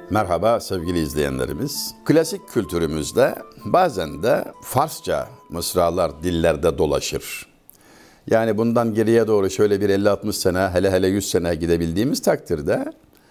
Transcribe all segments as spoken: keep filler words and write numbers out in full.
Merhaba sevgili izleyenlerimiz. Klasik kültürümüzde bazen de Farsça mısralar dillerde dolaşır. Yani bundan geriye doğru şöyle bir elli altmış sene, hele hele yüz sene gidebildiğimiz takdirde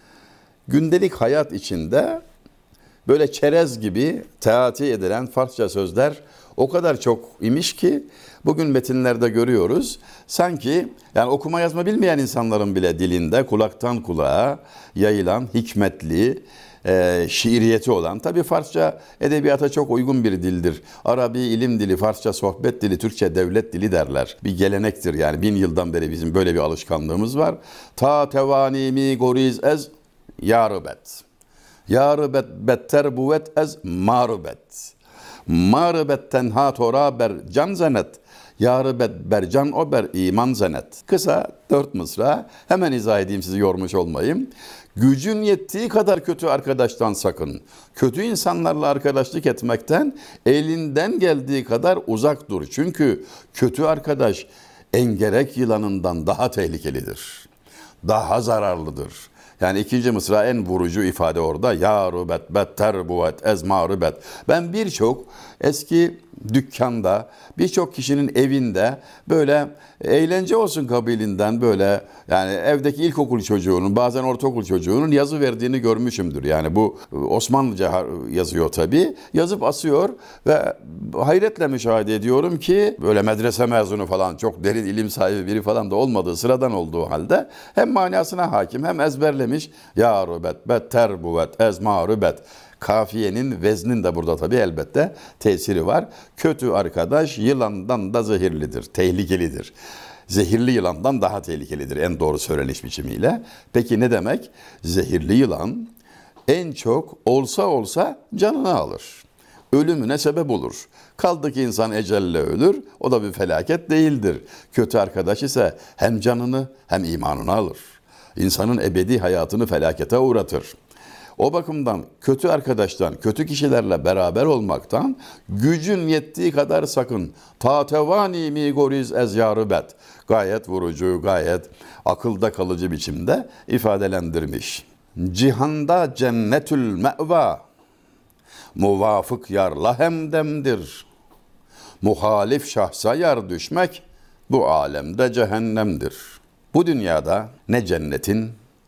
gündelik hayat içinde böyle çerez gibi teati edilen Farsça sözler o kadar çok imiş ki bugün metinlerde görüyoruz. Sanki yani okuma yazma bilmeyen insanların bile dilinde kulaktan kulağa yayılan hikmetli, e, şiiriyeti olan. Tabii Farsça edebiyata çok uygun bir dildir. Arabi ilim dili, Farsça sohbet dili, Türkçe devlet dili derler. Bir gelenektir yani bin yıldan beri bizim böyle bir alışkanlığımız var. Ta tevanimi goriz ez yarıbet. Yarıbet better buvet ez marubet. Marubet tenha tora ber can zenet. Yarıbet bercan o ber iman zenet. Kısa dört mısra. Hemen izah edeyim, sizi yormuş olmayayım. Gücün yettiği kadar kötü arkadaştan sakın. Kötü insanlarla arkadaşlık etmekten elinden geldiği kadar uzak dur. Çünkü kötü arkadaş engerek yılanından daha tehlikelidir. Daha zararlıdır. Yani ikinci mısra en vurucu ifade orada. Ya rubet better buvet ezma rubet. Ben birçok eski dükkanda, birçok kişinin evinde böyle eğlence olsun kabilinden böyle yani evdeki ilkokul çocuğunun, bazen ortaokul çocuğunun yazı verdiğini görmüşümdür. Yani bu Osmanlıca yazıyor tabii. Yazıp asıyor ve hayretle müşahede ediyorum ki böyle medrese mezunu falan, çok derin ilim sahibi biri falan da olmadığı, sıradan olduğu halde hem manasına hakim hem ezberlemiş. Ya rubet better buvet ezma rubet. Kafiyenin, veznin de burada tabii elbette tesiri var. Kötü arkadaş yılandan da zehirlidir, tehlikelidir. Zehirli yılandan daha tehlikelidir en doğru söyleniş biçimiyle. Peki ne demek? Zehirli yılan en çok olsa olsa canını alır. Ölümüne sebep olur. Kaldı ki insan ecelle ölür, o da bir felaket değildir. Kötü arkadaş ise hem canını hem imanını alır. İnsanın ebedi hayatını felakete uğratır. O bakımdan kötü arkadaştan, kötü kişilerle beraber olmaktan gücün yettiği kadar sakın. Ta tevani mi goriz ez yarıbet. Gayet vurucu, gayet akılda kalıcı biçimde ifadelendirmiş. Cihanda cennetül me'va. Muvafık yarla hemdemdir. Muhalif şahsa yar düşmek bu alemde cehennemdir. Bu dünyada ne cennetin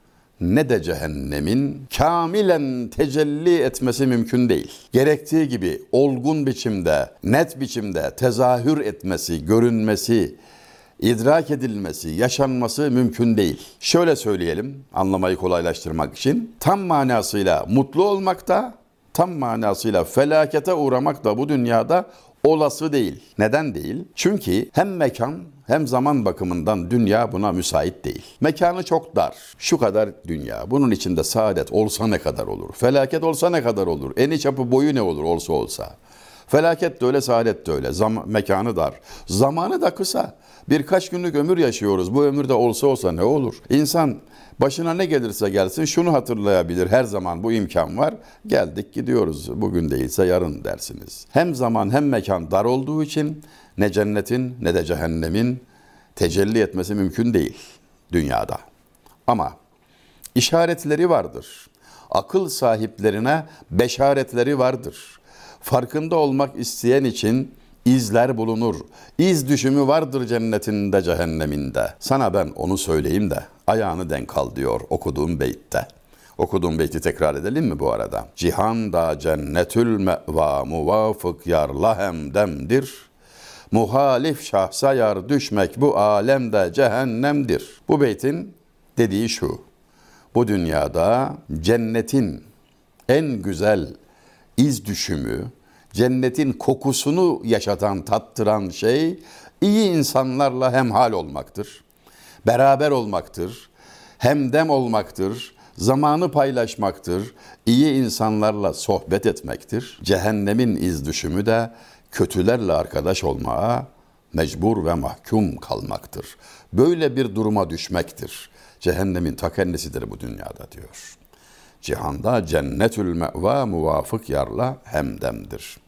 ne de cehennemin kamilen tecelli etmesi mümkün değil. Gerektiği gibi olgun biçimde, net biçimde tezahür etmesi, görünmesi, idrak edilmesi, yaşanması mümkün değil. Şöyle söyleyelim, anlamayı kolaylaştırmak için. Tam manasıyla mutlu olmak da, tam manasıyla felakete uğramak da bu dünyada olası değil. Neden değil? Çünkü hem mekan hem zaman bakımından dünya buna müsait değil. Mekanı çok dar. Şu kadar dünya. Bunun içinde saadet olsa ne kadar olur? Felaket olsa ne kadar olur? Eni çapı boyu ne olur olsa olsa? Felaket de öyle, saadet de öyle. Zam- mekanı dar. Zamanı da kısa. Birkaç günlük ömür yaşıyoruz. Bu ömürde olsa olsa ne olur? İnsan başına ne gelirse gelsin şunu hatırlayabilir. Her zaman bu imkan var. Geldik gidiyoruz. Bugün değilse yarın dersiniz. Hem zaman hem mekan dar olduğu için ne cennetin ne de cehennemin tecelli etmesi mümkün değil dünyada. Ama işaretleri vardır. Akıl sahiplerine beşaretleri vardır. Farkında olmak isteyen için izler bulunur. İz düşümü vardır cennetinde cehenneminde. Sana ben onu söyleyeyim de ayağını denk al diyor okuduğum beytte. Okuduğum beyti tekrar edelim mi bu arada? Cihanda cennetül me'va muvafık yarla hemdemdir. Muhalif şahsa yar düşmek bu alemde cehennemdir. Bu beytin dediği şu: bu dünyada cennetin en güzel iz düşümü, cennetin kokusunu yaşatan, tattıran şey iyi insanlarla hemhal olmaktır. Beraber olmaktır, hemdem olmaktır, zamanı paylaşmaktır, iyi insanlarla sohbet etmektir. Cehennemin iz düşümü de kötülerle arkadaş olmaya mecbur ve mahkum kalmaktır. Böyle bir duruma düşmektir. Cehennemin ta kendisidir bu dünyada diyor. Cihanda cennetül me'va muvafık yarla hemdemdir.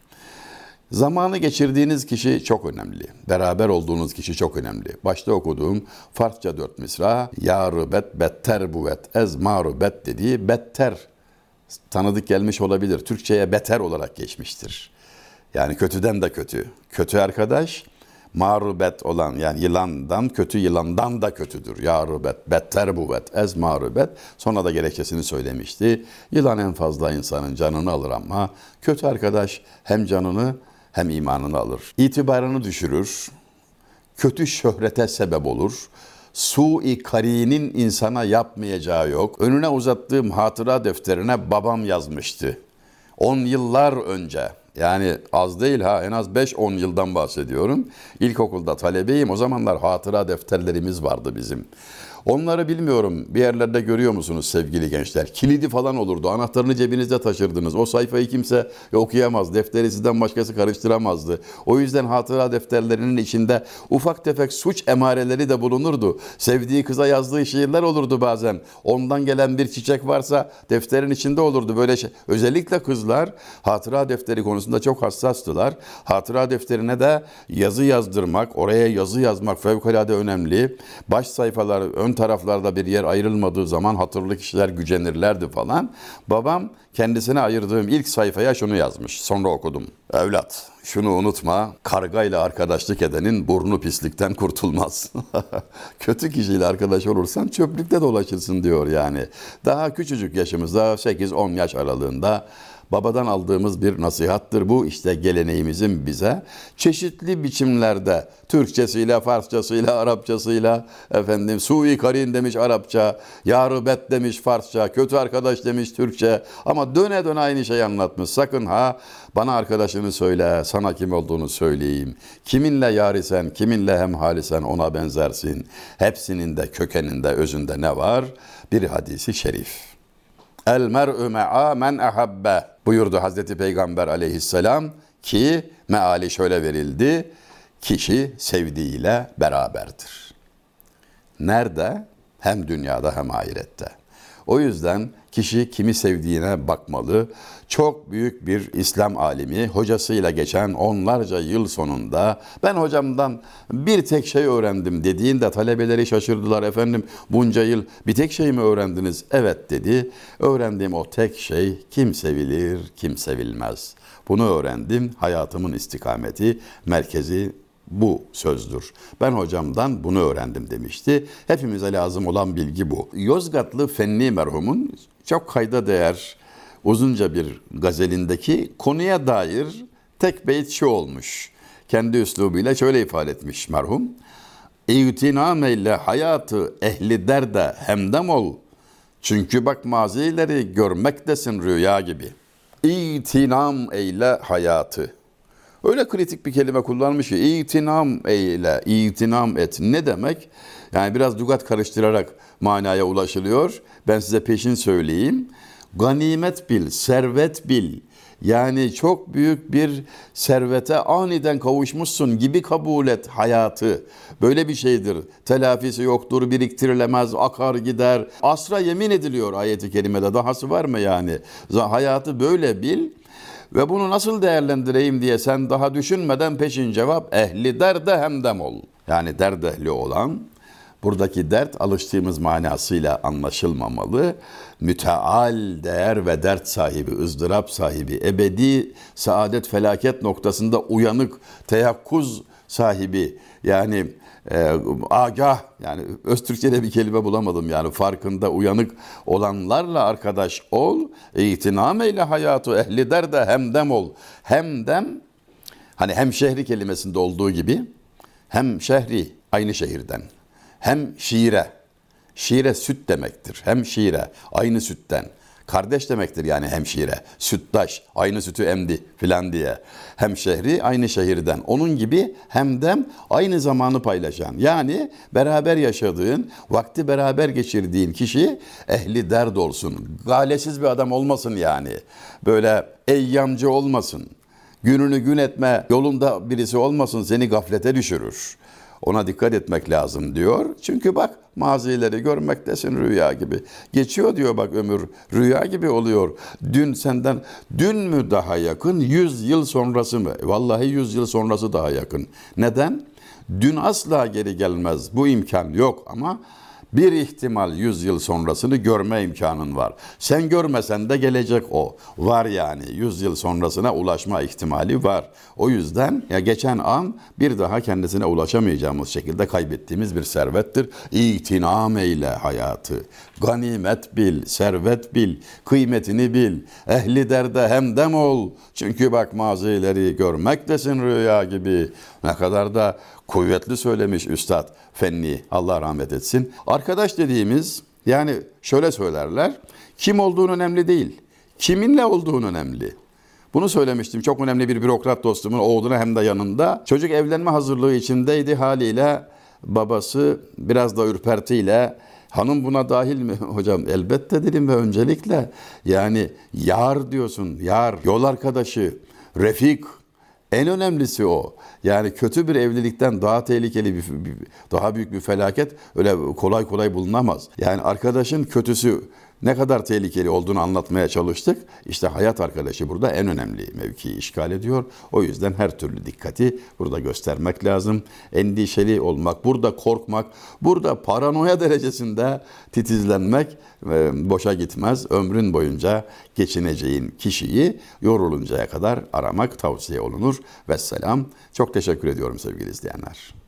Zamanı geçirdiğiniz kişi çok önemli. Beraber olduğunuz kişi çok önemli. Başta okuduğum Farsça dört mısra, ya rübet better buvet ez ma rübet dediği better tanıdık gelmiş olabilir. Türkçe'ye beter olarak geçmiştir. Yani kötüden de kötü. Kötü arkadaş marubet olan, yani yılandan kötü, yılandan da kötüdür. Yarubet, better buvet, ez marubet. Sonra da gerekçesini söylemişti. Yılan en fazla insanın canını alır ama kötü arkadaş hem canını hem imanını alır. İtibarını düşürür. Kötü şöhrete sebep olur. Su-i karinin insana yapmayacağı yok. Önüne uzattığım hatıra defterine babam yazmıştı. on yıllar önce. Yani az değil ha, en az beş on yıldan bahsediyorum. İlkokulda talebeyim. O zamanlar hatıra defterlerimiz vardı bizim. Onları bilmiyorum, bir yerlerde görüyor musunuz sevgili gençler? Kilidi falan olurdu. Anahtarını cebinizde taşırdınız. O sayfayı kimse okuyamaz. Defteri sizden başkası karıştıramazdı. O yüzden hatıra defterlerinin içinde ufak tefek suç emareleri de bulunurdu. Sevdiği kıza yazdığı şiirler olurdu bazen. Ondan gelen bir çiçek varsa defterin içinde olurdu. Böyle şey. Özellikle kızlar hatıra defteri konusunda çok hassastılar. Hatıra defterine de yazı yazdırmak, oraya yazı yazmak fevkalade önemli. Baş sayfalar, ön taraflarda bir yer ayrılmadığı zaman hatırlı kişiler gücenirlerdi falan. Babam kendisine ayırdığım ilk sayfaya şunu yazmış. Sonra okudum. Evlat, şunu unutma. Kargayla arkadaşlık edenin burnu pislikten kurtulmaz. Kötü kişiyle arkadaş olursan çöplükte dolaşırsın diyor yani. Daha küçücük yaşımızda sekiz on yaş aralığında babadan aldığımız bir nasihattır bu. İşte geleneğimizin bize çeşitli biçimlerde Türkçesiyle, Farsçasıyla, Arapçasıyla, efendim sui karin demiş Arapça, yarubet demiş Farsça, kötü arkadaş demiş Türkçe, ama döne döne aynı şeyi anlatmış. Sakın ha bana arkadaşını söyle, sana kim olduğunu söyleyeyim. Kiminle yarisen, kiminle hemhalisen ona benzersin. Hepsinin de kökeninde, özünde ne var? Bir hadisi şerif. El mer'ü me'a men ahabbe buyurdu Hazreti Peygamber aleyhisselam ki meali şöyle verildi. Kişi sevdiğiyle beraberdir. Nerede? Hem dünyada hem ahirette. O yüzden kişi kimi sevdiğine bakmalı. Çok büyük bir İslam alimi hocasıyla geçen onlarca yıl sonunda ben hocamdan bir tek şey öğrendim dediğinde talebeleri şaşırdılar. Efendim bunca yıl bir tek şey mi öğrendiniz? Evet dedi. Öğrendiğim o tek şey kim sevilir, kim sevilmez. Bunu öğrendim. Hayatımın istikameti, merkezi bu sözdür. Ben hocamdan bunu öğrendim demişti. Hepimize lazım olan bilgi bu. Yozgatlı Fenni merhumun çok kayda değer uzunca bir gazelindeki konuya dair tek beyt şu olmuş. Kendi üslubuyla şöyle ifade etmiş merhum. İğtinam eyle hayatı ehli derde hemdem ol. Çünkü bak mazileri görmektesin rüya gibi. İğtinam eyle hayatı. Öyle kritik bir kelime kullanmış ki itinam eyle, itinam et. Ne demek? Yani biraz lügat karıştırarak manaya ulaşılıyor. Ben size peşin söyleyeyim. Ganimet bil, servet bil. Yani çok büyük bir servete aniden kavuşmuşsun gibi kabul et hayatı. Böyle bir şeydir. Telafisi yoktur, biriktirilemez, akar gider. Asra yemin ediliyor ayet-i kerimede. Dahası var mı yani? Hayatı böyle bil. Ve bunu nasıl değerlendireyim diye sen daha düşünmeden peşin cevap ehli derde hemdem ol. Yani dert ehli olan, buradaki dert alıştığımız manasıyla anlaşılmamalı. Müteal değer ve dert sahibi, ızdırap sahibi, ebedi saadet felaket noktasında uyanık, teyakkuz sahibi, yani e, agah, yani Öztürkçe'de bir kelime bulamadım, yani farkında uyanık olanlarla arkadaş ol. İtinam eyle hayatı ehli derde hemdem ol. Hemdem, hani hemşehri kelimesinde olduğu gibi, hem şehri aynı şehirden, hem şiire, şiire süt demektir, hem şiire aynı sütten, kardeş demektir yani hemşire, süttaş, aynı sütü emdi filan diye. Hemşehri aynı şehirden. Onun gibi hemdem aynı zamanı paylaşan. Yani beraber yaşadığın, vakti beraber geçirdiğin kişi ehli derd olsun. Galesiz bir adam olmasın yani. Böyle eyyamcı olmasın. Gününü gün etme yolunda birisi olmasın, seni gaflete düşürür. Ona dikkat etmek lazım diyor. Çünkü bak mazileri görmektesin rüya gibi. Geçiyor diyor bak ömür rüya gibi oluyor. Dün senden dün mü daha yakın, yüz yıl sonrası mı? Vallahi yüz yıl sonrası daha yakın. Neden? Dün asla geri gelmez. Bu imkan yok ama Bir ihtimal yüz yıl sonrasını görme imkanın var. Sen görmesen de gelecek o. Var yani yüz yıl sonrasına ulaşma ihtimali var. O yüzden ya geçen an bir daha kendisine ulaşamayacağımız şekilde kaybettiğimiz bir servettir. İğtinam eyle hayatı. Ganimet bil, servet bil, kıymetini bil. Ehli derde hemdem ol. Çünkü bak mazileri görmektesin rüya gibi. Ne kadar da kuvvetli söylemiş Üstad Fenni, Allah rahmet etsin. Arkadaş dediğimiz, yani şöyle söylerler, kim olduğun önemli değil, kiminle olduğun önemli. Bunu söylemiştim, çok önemli bir bürokrat dostumun oğluna hem de yanında. Çocuk evlenme hazırlığı içindeydi, haliyle babası biraz da ürpertiyle, hanım buna dahil mi? Hocam elbette dedim ve öncelikle yani yar diyorsun, yar, yol arkadaşı, refik. En önemlisi o. Yani kötü bir evlilikten daha tehlikeli bir, daha büyük bir felaket öyle kolay kolay bulunamaz. Yani arkadaşın kötüsü ne kadar tehlikeli olduğunu anlatmaya çalıştık. İşte hayat arkadaşı burada en önemli mevkiyi işgal ediyor. O yüzden her türlü dikkati burada göstermek lazım. Endişeli olmak, burada korkmak, burada paranoya derecesinde titizlenmek e, boşa gitmez. Ömrün boyunca geçineceğin kişiyi yoruluncaya kadar aramak tavsiye olunur. Vesselam. Çok teşekkür ediyorum sevgili izleyenler.